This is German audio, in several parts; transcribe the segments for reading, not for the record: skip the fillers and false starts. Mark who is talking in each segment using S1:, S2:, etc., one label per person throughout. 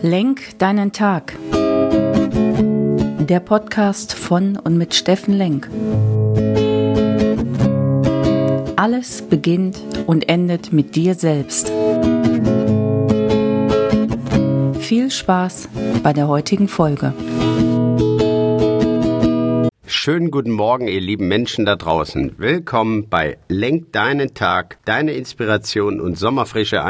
S1: Lenk deinen Tag. Der Podcast von und mit Steffen Lenk. Alles beginnt und endet mit dir selbst. Viel Spaß bei der heutigen Folge.
S2: Schönen guten Morgen, ihr lieben Menschen da draußen. Willkommen bei Lenk deinen Tag, deine Inspiration und Sommerfrische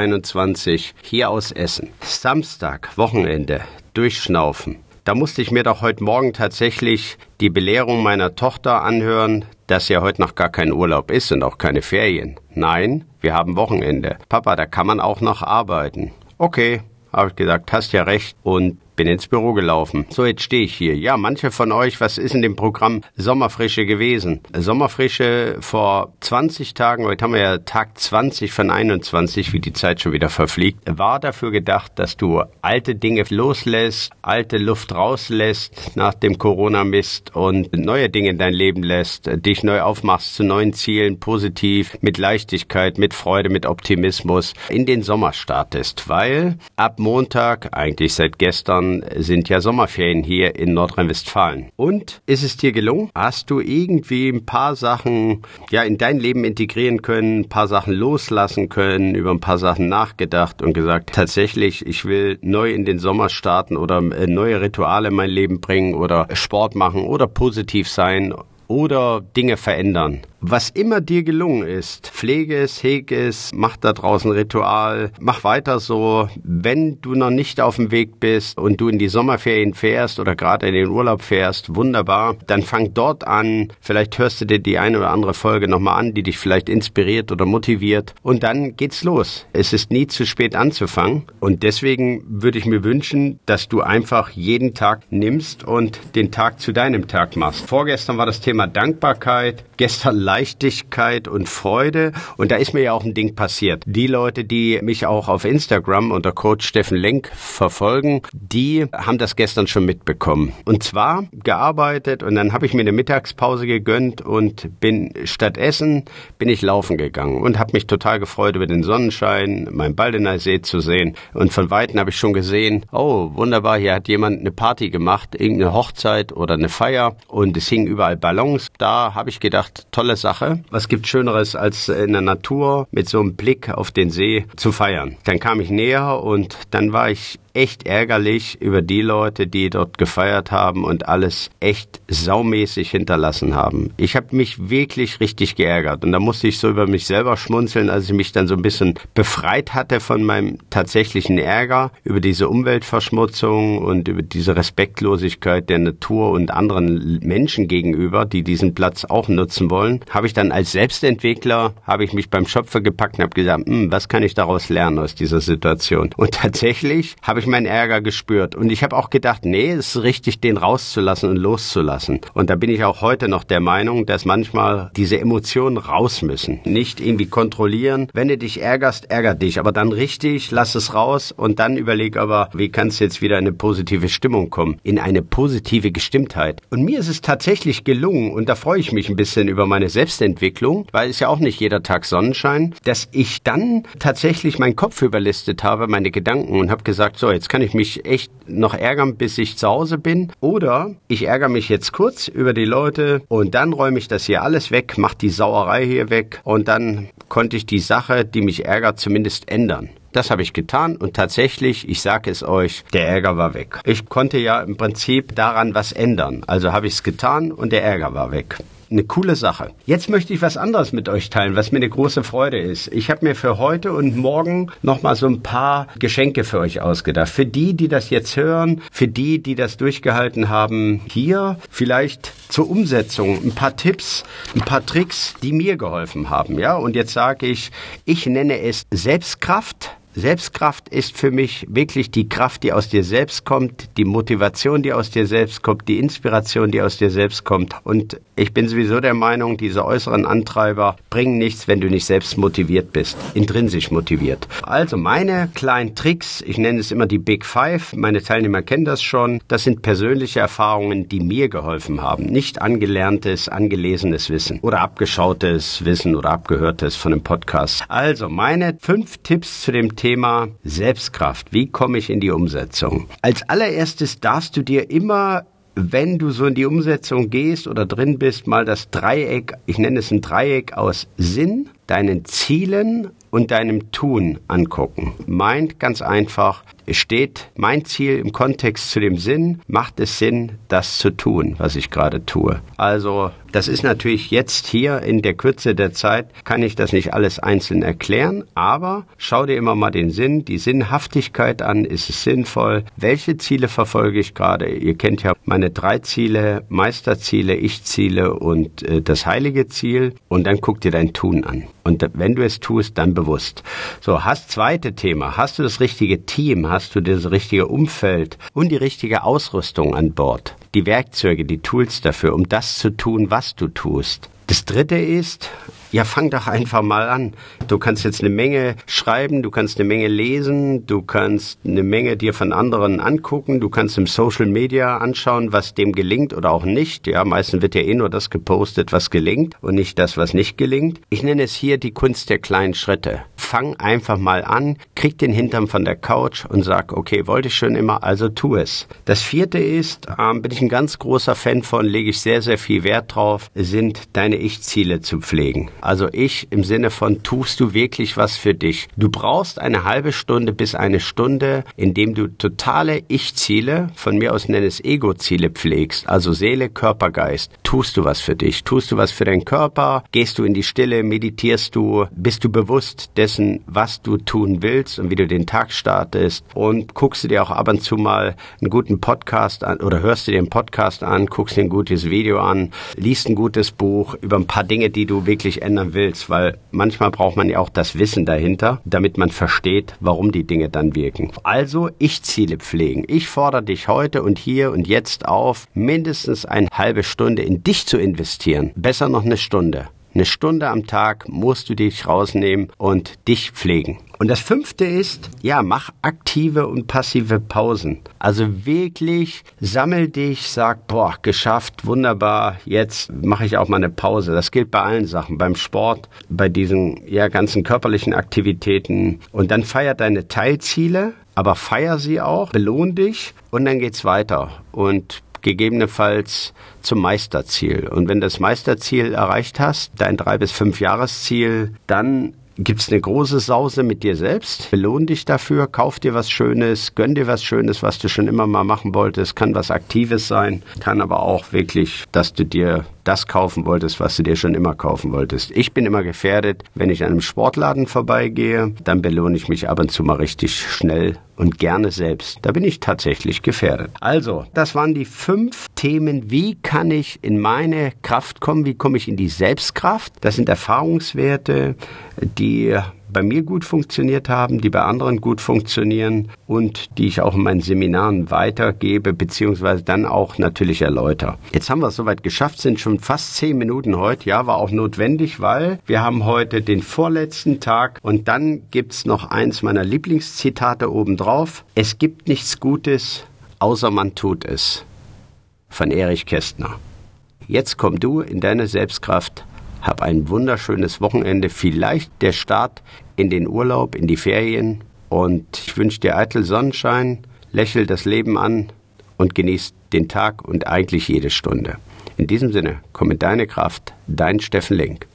S2: 21 hier aus Essen. Samstag, Wochenende, durchschnaufen. Da musste ich mir doch heute Morgen tatsächlich die Belehrung meiner Tochter anhören, dass ja heute noch gar kein Urlaub ist und auch keine Ferien. Nein, wir haben Wochenende. Papa, da kann man auch noch arbeiten. Okay, habe ich gesagt, hast ja recht und bin ins Büro gelaufen. So, jetzt stehe ich hier. Ja, manche von euch, was ist in dem Programm Sommerfrische gewesen? Sommerfrische vor 20 Tagen, heute haben wir ja Tag 20 von 21, wie die Zeit schon wieder verfliegt, war dafür gedacht, dass du alte Dinge loslässt, alte Luft rauslässt nach dem Corona-Mist und neue Dinge in dein Leben lässt, dich neu aufmachst zu neuen Zielen, positiv, mit Leichtigkeit, mit Freude, mit Optimismus in den Sommer startest, weil ab Montag, eigentlich seit gestern, sind ja Sommerferien hier in Nordrhein-Westfalen. Und ist es dir gelungen? Hast du irgendwie ein paar Sachen in dein Leben integrieren können, ein paar Sachen loslassen können, über ein paar Sachen nachgedacht und gesagt, tatsächlich, ich will neu in den Sommer starten oder neue Rituale in mein Leben bringen oder Sport machen oder positiv sein oder Dinge verändern. Was immer dir gelungen ist, pflege es, hege es, mach da draußen Ritual, mach weiter so. Wenn du noch nicht auf dem Weg bist und du in die Sommerferien fährst oder gerade in den Urlaub fährst, wunderbar, dann fang dort an. Vielleicht hörst du dir die eine oder andere Folge nochmal an, die dich vielleicht inspiriert oder motiviert und dann geht's los. Es ist nie zu spät anzufangen und deswegen würde ich mir wünschen, dass du einfach jeden Tag nimmst und den Tag zu deinem Tag machst. Vorgestern war das Thema Dankbarkeit, gestern Leichtigkeit und Freude und da ist mir ja auch ein Ding passiert. Die Leute, die mich auch auf Instagram unter Coach Steffen Lenk verfolgen, die haben das gestern schon mitbekommen. Und zwar gearbeitet und dann habe ich mir eine Mittagspause gegönnt und bin statt Essen bin ich laufen gegangen und habe mich total gefreut über den Sonnenschein, meinen Baldener See zu sehen und von Weitem habe ich schon gesehen, oh wunderbar, hier hat jemand eine Party gemacht, irgendeine Hochzeit oder eine Feier und es hingen überall Ballons. Da habe ich gedacht, tolle Sache. Was gibt Schöneres, als in der Natur mit so einem Blick auf den See zu feiern? Dann kam ich näher und dann war ich echt ärgerlich über die Leute, die dort gefeiert haben und alles echt saumäßig hinterlassen haben. Ich habe mich wirklich richtig geärgert und da musste ich so über mich selber schmunzeln, als ich mich dann so ein bisschen befreit hatte von meinem tatsächlichen Ärger über diese Umweltverschmutzung und über diese Respektlosigkeit der Natur und anderen Menschen gegenüber, die diesen Platz auch nutzen wollen. Habe ich dann als Selbstentwickler, habe ich mich beim Schopfe gepackt und habe gesagt, was kann ich daraus lernen aus dieser Situation? Und tatsächlich habe ich meinen Ärger gespürt. Und ich habe auch gedacht, nee, es ist richtig, den rauszulassen und loszulassen. Und da bin ich auch heute noch der Meinung, dass manchmal diese Emotionen raus müssen. Nicht irgendwie kontrollieren. Wenn du dich ärgerst, ärger dich. Aber dann richtig, lass es raus und dann überleg aber, wie kannst du jetzt wieder in eine positive Stimmung kommen? In eine positive Gestimmtheit. Und mir ist es tatsächlich gelungen, und da freue ich mich ein bisschen über meine Selbstentwicklung, weil es ja auch nicht jeder Tag Sonnenschein, dass ich dann tatsächlich meinen Kopf überlistet habe, meine Gedanken und habe gesagt, so, jetzt kann ich mich echt noch ärgern, bis ich zu Hause bin. Oder ich ärgere mich jetzt kurz über die Leute und dann räume ich das hier alles weg, mache die Sauerei hier weg und dann konnte ich die Sache, die mich ärgert, zumindest ändern. Das habe ich getan und tatsächlich, ich sage es euch, der Ärger war weg. Ich konnte ja im Prinzip daran was ändern. Also habe ich es getan und der Ärger war weg. Eine coole Sache. Jetzt möchte ich was anderes mit euch teilen, was mir eine große Freude ist. Ich habe mir für heute und morgen nochmal so ein paar Geschenke für euch ausgedacht. Für die, die das jetzt hören, für die, die das durchgehalten haben, hier vielleicht zur Umsetzung ein paar Tipps, ein paar Tricks, die mir geholfen haben. Ja, und jetzt sage ich nenne es Selbstkraft. Selbstkraft ist für mich wirklich die Kraft, die aus dir selbst kommt, die Motivation, die aus dir selbst kommt, die Inspiration, die aus dir selbst kommt. Und ich bin sowieso der Meinung, diese äußeren Antreiber bringen nichts, wenn du nicht selbst motiviert bist, intrinsisch motiviert. Also meine kleinen Tricks, ich nenne es immer die Big Five, meine Teilnehmer kennen das schon, das sind persönliche Erfahrungen, die mir geholfen haben. Nicht angelerntes, angelesenes Wissen oder abgeschautes Wissen oder abgehörtes von einem Podcast. Also meine 5 Tipps zu dem Thema Selbstkraft. Wie komme ich in die Umsetzung? Als allererstes darfst du dir immer, wenn du so in die Umsetzung gehst oder drin bist, mal das Dreieck, ich nenne es ein Dreieck aus Sinn, deinen Zielen und deinem Tun angucken. Meint ganz einfach, es steht mein Ziel im Kontext zu dem Sinn, macht es Sinn, das zu tun, was ich gerade tue. Also das ist natürlich jetzt hier in der Kürze der Zeit, kann ich das nicht alles einzeln erklären, aber schau dir immer mal den Sinn, die Sinnhaftigkeit an, ist es sinnvoll, welche Ziele verfolge ich gerade? Ihr kennt ja meine 3 Ziele, Meisterziele, Ich-Ziele und das heilige Ziel und dann guck dir dein Tun an. Und wenn du es tust, dann bewusst. So, zweite Thema, hast du das richtige Team, hast du das richtige Umfeld und die richtige Ausrüstung an Bord? Die Werkzeuge, die Tools dafür, um das zu tun, was du tust. Das dritte ist, ja, fang doch einfach mal an. Du kannst jetzt eine Menge schreiben, du kannst eine Menge lesen, du kannst eine Menge dir von anderen angucken, du kannst im Social Media anschauen, was dem gelingt oder auch nicht. Ja, meistens wird ja nur das gepostet, was gelingt und nicht das, was nicht gelingt. Ich nenne es hier die Kunst der kleinen Schritte. Fang einfach mal an, krieg den Hintern von der Couch und sag, okay, wollte ich schon immer, also tu es. Das vierte ist, bin ich ein ganz großer Fan von, lege ich sehr, sehr viel Wert drauf, sind deine Ich-Ziele zu pflegen. Also ich im Sinne von, tust du wirklich was für dich? Du brauchst eine halbe Stunde bis eine Stunde, indem du totale Ich-Ziele, von mir aus nenne es Ego-Ziele pflegst, also Seele, Körper, Geist. Tust du was für dich? Tust du was für deinen Körper? Gehst du in die Stille? Meditierst du? Bist du bewusst dessen, was du tun willst und wie du den Tag startest? Und guckst du dir auch ab und zu mal einen guten Podcast an oder hörst du dir einen Podcast an, guckst dir ein gutes Video an, liest ein gutes Buch über ein paar Dinge, die du wirklich ändern willst, weil manchmal braucht man ja auch das Wissen dahinter, damit man versteht, warum die Dinge dann wirken. Also Ich-Ziele pflegen. Ich fordere dich heute und hier und jetzt auf, mindestens eine halbe Stunde in dich zu investieren. Besser noch eine Stunde. Eine Stunde am Tag musst du dich rausnehmen und dich pflegen. Und das fünfte ist, ja, mach aktive und passive Pausen. Also wirklich sammel dich, sag, boah, geschafft, wunderbar, jetzt mache ich auch mal eine Pause. Das gilt bei allen Sachen, beim Sport, bei diesen ganzen körperlichen Aktivitäten. Und dann feier deine Teilziele, aber feier sie auch, belohn dich und dann geht's weiter. Und gegebenenfalls zum Meisterziel. Und wenn du das Meisterziel erreicht hast, dein 3- bis 5-Jahres-Ziel, dann gibt's eine große Sause mit dir selbst. Belohn dich dafür, kauf dir was Schönes, gönn dir was Schönes, was du schon immer mal machen wolltest. Kann was Aktives sein, kann aber auch wirklich, dass du dir das kaufen wolltest, was du dir schon immer kaufen wolltest. Ich bin immer gefährdet, wenn ich an einem Sportladen vorbeigehe, dann belohne ich mich ab und zu mal richtig schnell und gerne selbst. Da bin ich tatsächlich gefährdet. Also, das waren die 5 Themen. Wie kann ich in meine Kraft kommen? Wie komme ich in die Selbstkraft? Das sind Erfahrungswerte, die bei mir gut funktioniert haben, die bei anderen gut funktionieren und die ich auch in meinen Seminaren weitergebe, beziehungsweise dann auch natürlich erläutere. Jetzt haben wir es soweit geschafft, sind schon fast 10 Minuten heute. Ja, war auch notwendig, weil wir haben heute den vorletzten Tag und dann gibt's noch eins meiner Lieblingszitate obendrauf. Es gibt nichts Gutes, außer man tut es. Von Erich Kästner. Jetzt komm du in deine Selbstkraft. Hab ein wunderschönes Wochenende, vielleicht der Start in den Urlaub, in die Ferien. Und ich wünsche dir eitel Sonnenschein, lächel das Leben an und genieß den Tag und eigentlich jede Stunde. In diesem Sinne, komm in deine Kraft, dein Steffen Link.